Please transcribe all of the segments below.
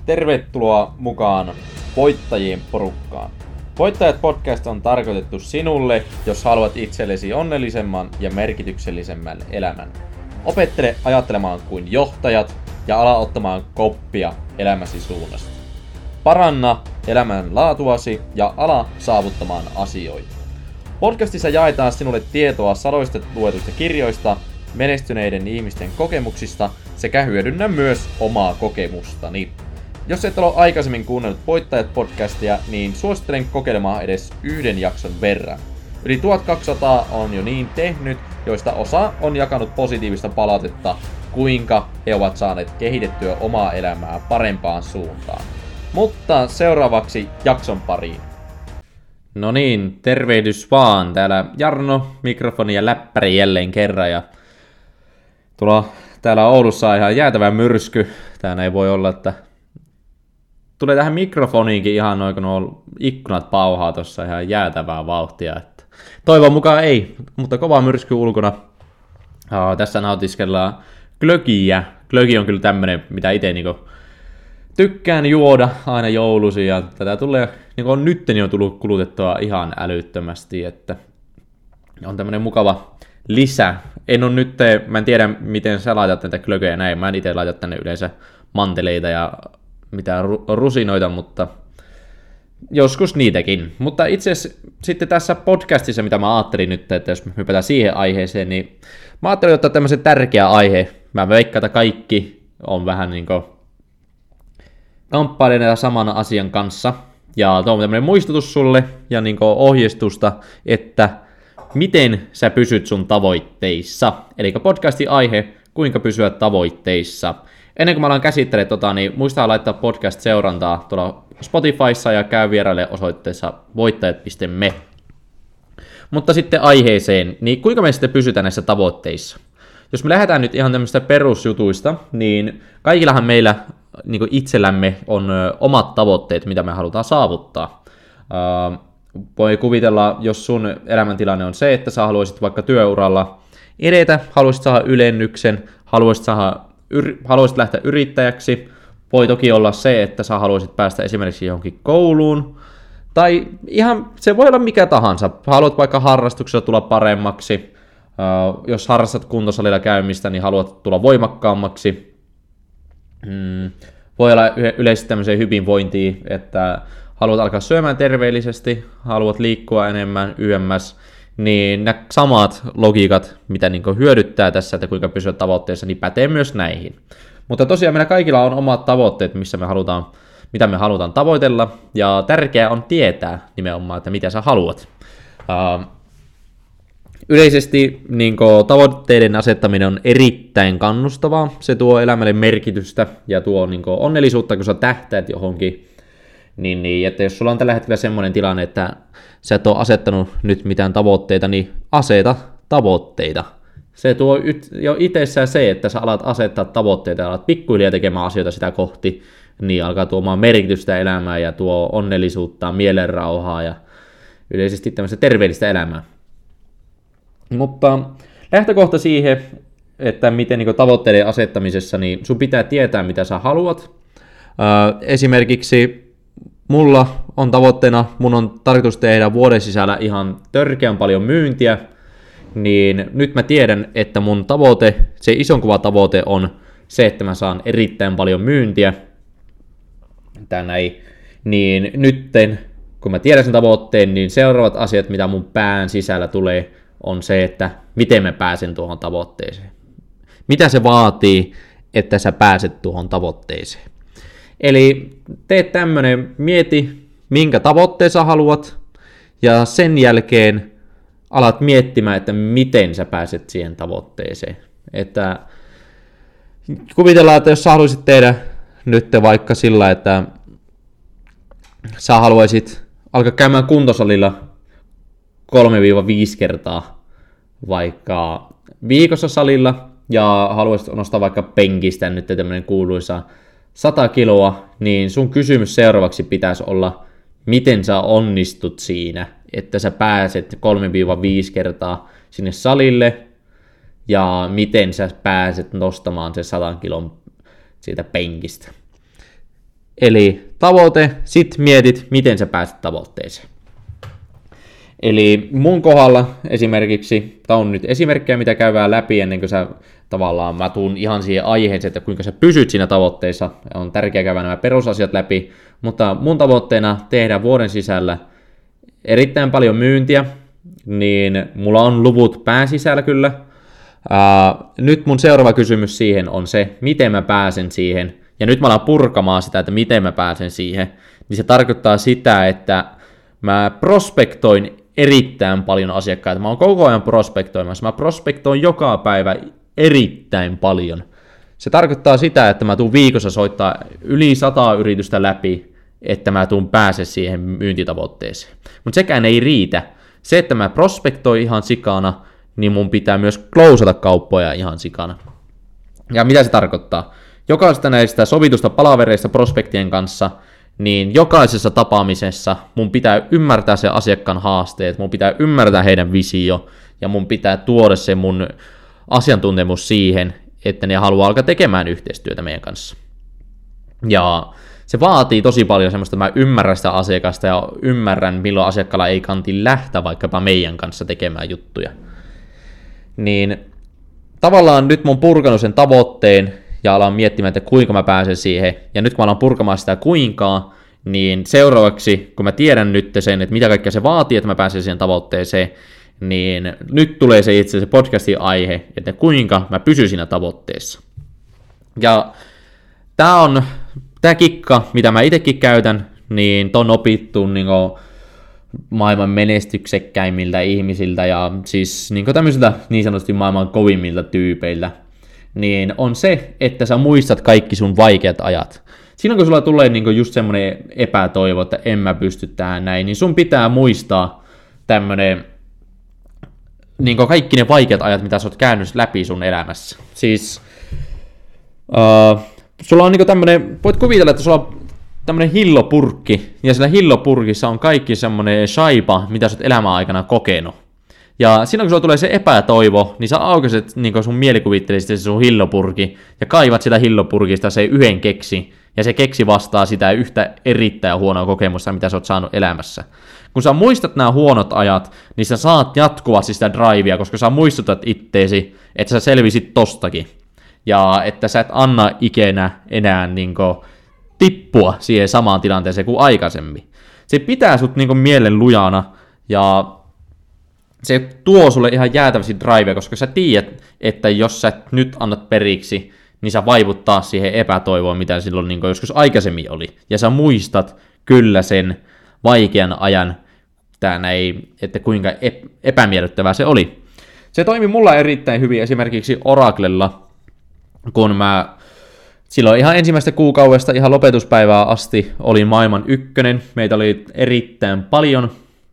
Tervetuloa mukaan Voittajien porukkaan. Voittajat podcast on tarkoitettu sinulle, jos haluat itsellesi onnellisemman ja merkityksellisemmän elämän. Opettele ajattelemaan kuin johtajat ja ala ottamaan koppia elämäsi suunnasta. Paranna elämän laatuasi ja ala saavuttamaan asioita. Podcastissa jaetaan sinulle tietoa sadoista luetuista kirjoista, menestyneiden ihmisten kokemuksista sekä hyödynnä myös omaa kokemustani. Jos et ole aikaisemmin kuunnellut Voittajat-podcastia, niin suosittelen kokeilemaan edes yhden jakson verran. Yli 1200 on jo niin tehnyt, joista osa on jakanut positiivista palautetta, kuinka he ovat saaneet kehitettyä omaa elämää parempaan suuntaan. Mutta seuraavaksi jakson pariin. No niin, tervehdys vaan. Täällä Jarno, mikrofoni ja läppäri jälleen kerran. Ja täällä Oulussa on ihan jäätävä myrsky. Täällä ei voi olla, että tulee tähän mikrofoniinkin ihan noin, kun nuo ikkunat pauhaa tuossa ihan jäätävää vauhtia. Että toivon mukaan ei, mutta kova myrsky ulkona. Tässä nautiskellaan glögiä. Glögi on kyllä tämmönen, mitä itse niinku tykkään juoda aina joulusi. Ja tätä tulee, niinku on nytten jo tullut kulutettua ihan älyttömästi, että on tämmönen mukava lisä. Mä en tiedä miten sä laitat näitä glögejä näin. Mä en itse laita tänne yleensä manteleita ja mitään rusinoita, mutta joskus niitäkin. Mutta itse asiassa sitten tässä podcastissa, mitä mä ajattelin nyt, että jos me hypätään siihen aiheeseen, niin mä ajattelin ottaa tämmöisen tärkeä aihe. Mä veikkaan, että kaikki on vähän niinku kamppaileneita saman asian kanssa. Ja tuo on tämmöinen muistutus sulle ja niinku ohjeistusta, että miten sä pysyt sun tavoitteissa. Eli podcastin aihe, kuinka pysyä tavoitteissa. Ennen kuin mä alan käsittelemään niin muistaa laittaa podcast-seurantaa tuolla Spotifyssa ja käy vieraille osoitteessa voittajat.me. Mutta sitten aiheeseen, niin kuinka me sitten pysytään näissä tavoitteissa? Jos me lähdetään nyt ihan tämmöistä perusjutuista, niin kaikillahan meillä niin kuin itsellämme on omat tavoitteet, mitä me halutaan saavuttaa. Voi kuvitella, jos sun elämäntilanne on se, että sä haluaisit vaikka työuralla edetä, haluaisit saada ylennyksen, haluaisit lähteä yrittäjäksi. Voi toki olla se, että sä haluaisit päästä esimerkiksi johonkin kouluun. Tai ihan, se voi olla mikä tahansa. Haluat vaikka harrastuksella tulla paremmaksi. Jos harrastat kuntosalilla käymistä, niin haluat tulla voimakkaammaksi. Voi olla yleisesti tämmöiseen hyvinvointiin, että haluat alkaa syömään terveellisesti, haluat liikkua enemmän, yömmäs. Niin nämä samat logiikat, mitä niin hyödyttää tässä, että kuinka pysyä tavoitteessa, niin pätee myös näihin. Mutta tosiaan meillä kaikilla on omat tavoitteet, mitä me halutaan tavoitella, ja tärkeää on tietää nimenomaan, että mitä sä haluat. Yleisesti niin tavoitteiden asettaminen on erittäin kannustavaa, se tuo elämälle merkitystä ja tuo niin onnellisuutta, kun sä tähtäät johonkin. Niin, että jos sulla on tällä hetkellä semmoinen tilanne, että sä et ole asettanut nyt mitään tavoitteita, niin aseta tavoitteita. Se tuo jo itsessään se, että sä alat asettaa tavoitteita ja alat pikkuhiljaa tekemään asioita sitä kohti, niin alkaa tuomaan merkitystä elämään ja tuo onnellisuutta, mielenrauhaa ja yleisesti tämmöistä terveellistä elämää. Mutta lähtökohta siihen, että miten niin tavoitteiden asettamisessa, niin sun pitää tietää, mitä sä haluat. Esimerkiksi mulla on tavoitteena, mun on tarkoitus tehdä vuoden sisällä ihan törkeän paljon myyntiä, niin nyt mä tiedän, että mun tavoite, se ison kuva tavoite on se, että mä saan erittäin paljon myyntiä, niin nytten, kun mä tiedän sen tavoitteen, niin seuraavat asiat, mitä mun pään sisällä tulee, on se, että miten mä pääsen tuohon tavoitteeseen. Mitä se vaatii, että sä pääset tuohon tavoitteeseen. Eli tee tämmönen, mieti minkä tavoitteen sä haluat ja sen jälkeen alat miettimään, että miten sä pääset siihen tavoitteeseen. Että kuvitellaan, että jos sä haluaisit tehdä nyt vaikka sillä, että sä haluaisit alkaa käymään kuntosalilla 3-5 kertaa vaikka viikossa salilla ja haluaisit nostaa vaikka penkistä nyt tämmönen kuuluisa 100 kiloa, niin sun kysymys seuraavaksi pitäisi olla, miten sä onnistut siinä, että sä pääset 3-5 kertaa sinne salille, ja miten sä pääset nostamaan sen 100 kilon siitä penkistä. Eli tavoite, sit mietit, miten sä pääset tavoitteeseen. Eli mun kohdalla esimerkiksi, tää on nyt esimerkkejä, mitä käydään läpi ennen kuin mä tuun ihan siihen aiheeseen, että kuinka sä pysyt siinä tavoitteessa. On tärkeää käydä nämä perusasiat läpi, mutta mun tavoitteena tehdä vuoden sisällä erittäin paljon myyntiä, niin mulla on luvut pään sisällä kyllä. Nyt mun seuraava kysymys siihen on se, miten mä pääsen siihen. Ja nyt mä alan purkamaan sitä, että miten mä pääsen siihen. Niin se tarkoittaa sitä, että mä prospektoin erittäin paljon asiakkaita. Mä oon koko ajan prospektoimassa. Mä prospektoin joka päivä erittäin paljon. Se tarkoittaa sitä, että mä tuun viikossa soittaa yli 100 yritystä läpi, että mä tuun pääse siihen myyntitavoitteeseen. Mutta sekään ei riitä. Se, että mä prospektoin ihan sikana, niin mun pitää myös closata kauppoja ihan sikana. Ja mitä se tarkoittaa? Jokaisesta näistä sovitusta palavereista prospektien kanssa, niin jokaisessa tapaamisessa mun pitää ymmärtää se asiakkaan haasteet, mun pitää ymmärtää heidän visio, ja mun pitää tuoda se mun asiantuntemus siihen, että ne haluaa alkaa tekemään yhteistyötä meidän kanssa. Ja se vaatii tosi paljon semmoista, että mä ymmärrän sitä asiakasta ja ymmärrän, milloin asiakkaalla ei kanti lähteä vaikkapa meidän kanssa tekemään juttuja. Niin tavallaan nyt mä oon purkanut sen tavoitteen ja alan miettimään, että kuinka mä pääsen siihen. Ja nyt kun mä alan purkamaan sitä kuinkaa, niin seuraavaksi, kun mä tiedän nyt sen, että mitä kaikkea se vaatii, että mä pääsen siihen tavoitteeseen, niin nyt tulee se itse se podcastin aihe, että kuinka mä pysyn siinä tavoitteessa. Ja tää kikka, mitä mä itekin käytän, niin ton opittu niin maailman menestyksekkäimmiltä ihmisiltä ja siis niin tämmöisiltä niin sanotusti maailman kovimmilta tyypeiltä, niin on se, että sä muistat kaikki sun vaikeat ajat. Silloin kun sulla tulee niin just semmoinen epätoivo, että en mä pysty tähän näin, niin sun pitää muistaa tämmönen niin kaikki ne vaikeat ajat, mitä sä oot käynyt läpi sun elämässä. Siis sulla on niin tämmönen, voit kuvitella, että sulla on tämmönen hillopurkki, ja sillä hillopurkissa on kaikki semmonen shaipa, mitä sä oot elämän aikana kokenut. Ja silloin kun sulla tulee se epätoivo, niin sä aukaset niin sun mielikuvitteellisesti se sun hillopurki, ja kaivat sitä hillopurkista se yhden keksi, ja se keksi vastaa sitä yhtä erittäin huonoa kokemusta, mitä sä oot saanut elämässä. Kun sä muistat nämä huonot ajat, niin sä saat jatkuvasti sitä drivea, koska sä muistutat itteesi, että sä selvisit tostakin. Ja että sä et anna ikinä enää tippua siihen samaan tilanteeseen kuin aikaisemmin. Se pitää sut mielen lujana, ja se tuo sulle ihan jäätävästi drivea, koska sä tiedät, että jos sä nyt annat periksi, niin sä vaivut taas siihen epätoivoon, mitä silloin joskus aikaisemmin oli. Ja sä muistat kyllä sen vaikean ajan, että kuinka epämiellyttävää se oli. Se toimi mulla erittäin hyvin esimerkiksi Oraclella, kun mä silloin ihan ensimmäistä kuukaudesta ihan lopetuspäivää asti olin maailman ykkönen. Meitä oli erittäin paljon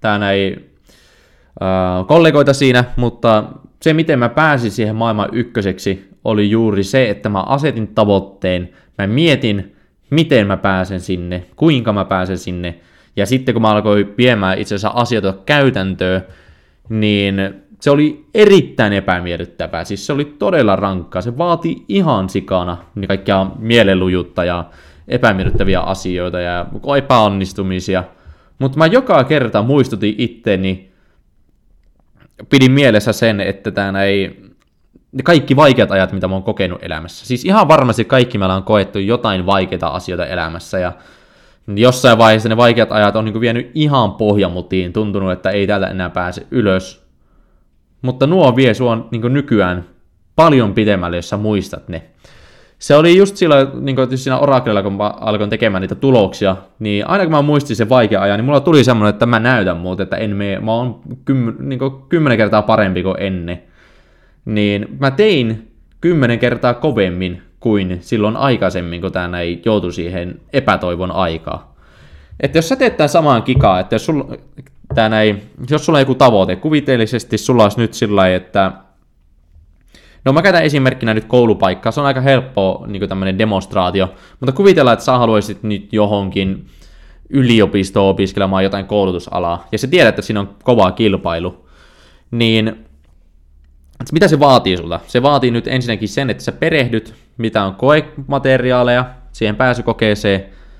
kollegoita siinä, mutta se miten mä pääsin siihen maailman ykköseksi oli juuri se, että mä asetin tavoitteen, mä mietin miten mä pääsen sinne, kuinka mä pääsen sinne, ja sitten kun mä alkoin viemään itse asiassa asioita käytäntöön, niin se oli erittäin epämiellyttävää, siis se oli todella rankkaa, se vaati ihan sikana niin kaikkia mielenlujuutta ja epämiellyttäviä asioita ja epäonnistumisia, mutta mä joka kerta muistutin itteni, pidin mielessä sen, että kaikki vaikeat ajat, mitä mä oon kokenut elämässä, siis ihan varmasti kaikki meillä on koettu jotain vaikeita asioita elämässä ja jossain vaiheessa ne vaikeat ajat on vienyt ihan pohjamutiin, tuntunut, että ei täältä enää pääse ylös. Mutta nuo vie sua nykyään paljon pidemmälle, jos sä muistat ne. Se oli just silloin, siinä Oraclella, kun mä alkoin tekemään niitä tuloksia, niin aina kun mä muistin sen vaikea ajan, niin mulla tuli semmoinen, että mä näytän muuten, että mä oon 10 kertaa parempi kuin ennen. Niin mä tein 10 kertaa kovemmin kuin silloin aikaisemmin, kun ei joutu siihen epätoivon aikaa. Että jos sä teet tämän samaan kikaa, että jos sulla on joku tavoite, kuvitteellisesti sulla olisi nyt sillä lailla, että no mä käytän esimerkkinä nyt koulupaikkaa, se on aika helppo tämmöinen demonstraatio, mutta kuvitellaan, että sä haluaisit nyt johonkin yliopistoon opiskelemaan jotain koulutusalaa, ja sä tiedät, että siinä on kova kilpailu, niin mitä se vaatii sulta? Se vaatii nyt ensinnäkin sen, että sä perehdyt, mitä on koemateriaaleja siihen pääsykokeeseen,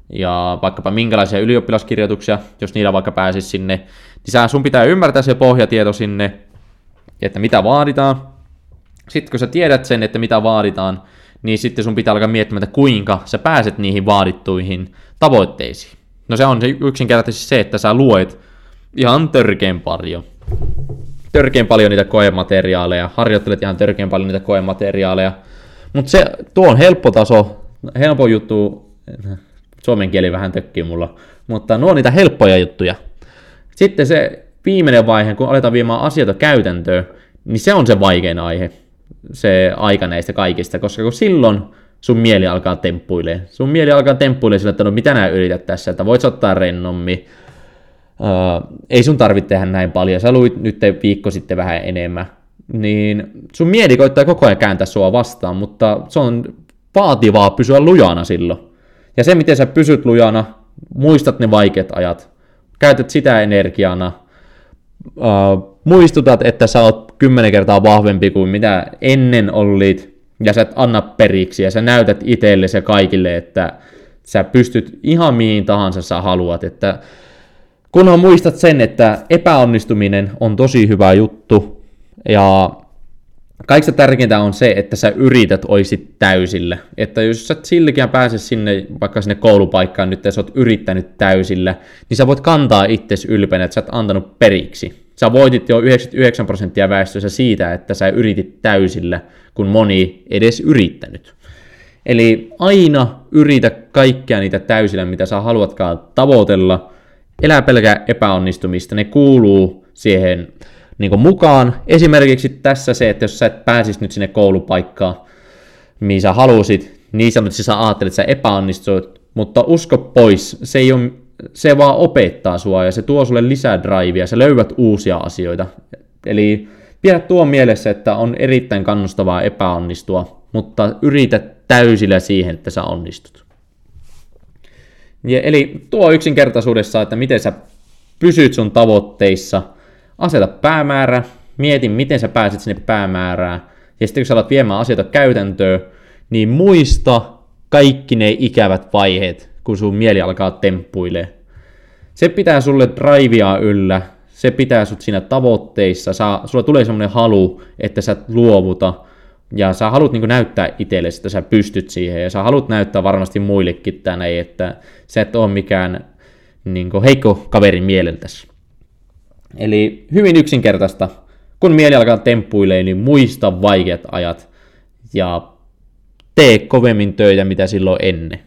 ja vaikkapa minkälaisia ylioppilaskirjoituksia, jos niillä vaikka pääsisi sinne, niin sun pitää ymmärtää se pohjatieto sinne, että mitä vaaditaan. Sitten kun sä tiedät sen, että mitä vaaditaan, niin sitten sun pitää alkaa miettimään, että kuinka sä pääset niihin vaadittuihin tavoitteisiin. No se on yksinkertaisesti se, että sä luet ihan törkeän paljon niitä koemateriaaleja, harjoittelet ihan törkeän paljon niitä koemateriaaleja, mutta tuo on helppo juttu, suomen kieli vähän tökkii mulla, mutta nuo on niitä helppoja juttuja. Sitten se viimeinen vaihe, kun aletaan viemään asioita käytäntöön, niin se on se vaikein aihe, se aika näistä kaikista, koska kun silloin sun mieli alkaa temppuilemaan. Sun mieli alkaa temppuilemaan sillä, että no mitä nää yrität tässä, että voit ottaa rennommin. Ei sun tarvitse tehdä näin paljon, sä luit nyt viikko sitten vähän enemmän. Niin sun mieli koittaa koko ajan kääntää sua vastaan, mutta se on vaativaa pysyä lujana silloin. Ja se, miten sä pysyt lujana, muistat ne vaikeat ajat, käytät sitä energiana, muistutat, että sä oot 10 kertaa vahvempi kuin mitä ennen olit, ja sä et anna periksi, ja sä näytät itsellesi ja kaikille, että sä pystyt ihan mihin tahansa sä haluat, että kunhan muistat sen, että epäonnistuminen on tosi hyvä juttu, ja kaikista tärkeintä on se, että sä yrität oisit täysillä, että jos sä silläkään pääse sinne, vaikka sinne koulupaikkaan nyt, ja sä oot yrittänyt täysillä, niin sä voit kantaa itsesi ylpeänä, että sä et antanut periksi. Sä voitit jo 99% väestössä siitä, että sä yritit täysillä, kun moni edes yrittänyt. Eli aina yritä kaikkea niitä täysillä, mitä sä haluatkaan tavoitella. Elää pelkää epäonnistumista, ne kuuluu siihen niin kuin mukaan. Esimerkiksi tässä se, että jos sä et pääsis nyt sinne koulupaikkaan, mihin sä halusit, niin sanotusti sä ajattelet, että sä epäonnistuit, mutta usko pois, se vaan opettaa sua ja se tuo sulle lisää drivea, sä löydät uusia asioita. Eli pidä tuo mielessä, että on erittäin kannustavaa epäonnistua, mutta yritä täysillä siihen, että sä onnistut. Eli tuo yksinkertaisuudessa, että miten sä pysyt sun tavoitteissa, aseta päämäärä, mieti miten sä pääset sinne päämäärään, ja sitten kun sä alat viemään asioita käytäntöön, niin muista kaikki ne ikävät vaiheet, kun sun mieli alkaa temppuilemaan. Se pitää sulle drivea yllä, se pitää sut siinä tavoitteissa, sulla tulee semmoinen halu, että sä luovuta, ja sä haluat niin kuin näyttää itsellesi, että sä pystyt siihen, ja sä haluat näyttää varmasti muillekin tänne, että sä et ole mikään niin kuin heikko kaverin mielentäsi. Eli hyvin yksinkertaista, kun mieli alkaa temppuilemaan, niin muista vaikeat ajat, ja tee kovemmin töitä, mitä silloin ennen.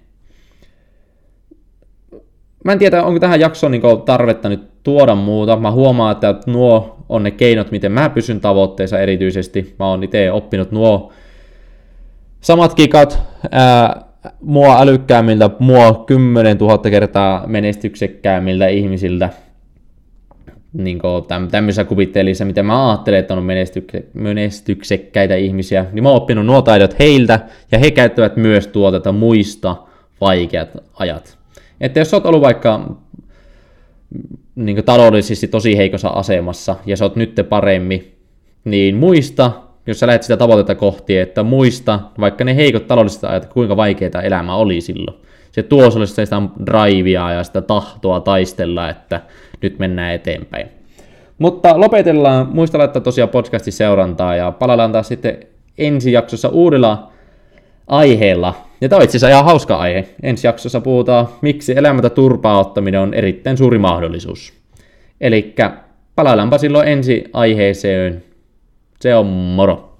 Mä en tiedä, onko tähän jaksoon niin tarvetta nyt tuoda muuta. Mä huomaan, että nuo on ne keinot, miten mä pysyn tavoitteissa erityisesti. Mä oon itse oppinut nuo samat kikat mua älykkäämmiltä, mua 10 000 kertaa menestyksekkäämmiltä ihmisiltä. Niin tämmöisessä kuvitteellisessa, mitä mä ajattelen, että on menestyksekkäitä ihmisiä, niin mä oon oppinut nuo taidot heiltä, ja he käyttävät myös tuota muista vaikeat ajat. Että jos sä oot ollut vaikka niin taloudellisesti tosi heikossa asemassa, ja sä oot nyt paremmin, niin muista, jos sä lähdet sitä tavoitetta kohti, että muista vaikka ne heikot taloudelliset ajat, kuinka vaikeita elämä oli silloin. Se tuo sulle sitä drivea ja sitä tahtoa taistella, että nyt mennään eteenpäin. Mutta lopetellaan, muista laittaa tosiaan podcastin seurantaa, ja palaillaan taas sitten ensi jaksossa uudella aiheella. Ja tämä on itse asiassa ihan hauska aihe. Ensi jaksossa puhutaan, miksi elämältä turpaa ottaminen on erittäin suuri mahdollisuus. Elikkä palaillaanpa silloin ensi aiheeseen. Se on moro!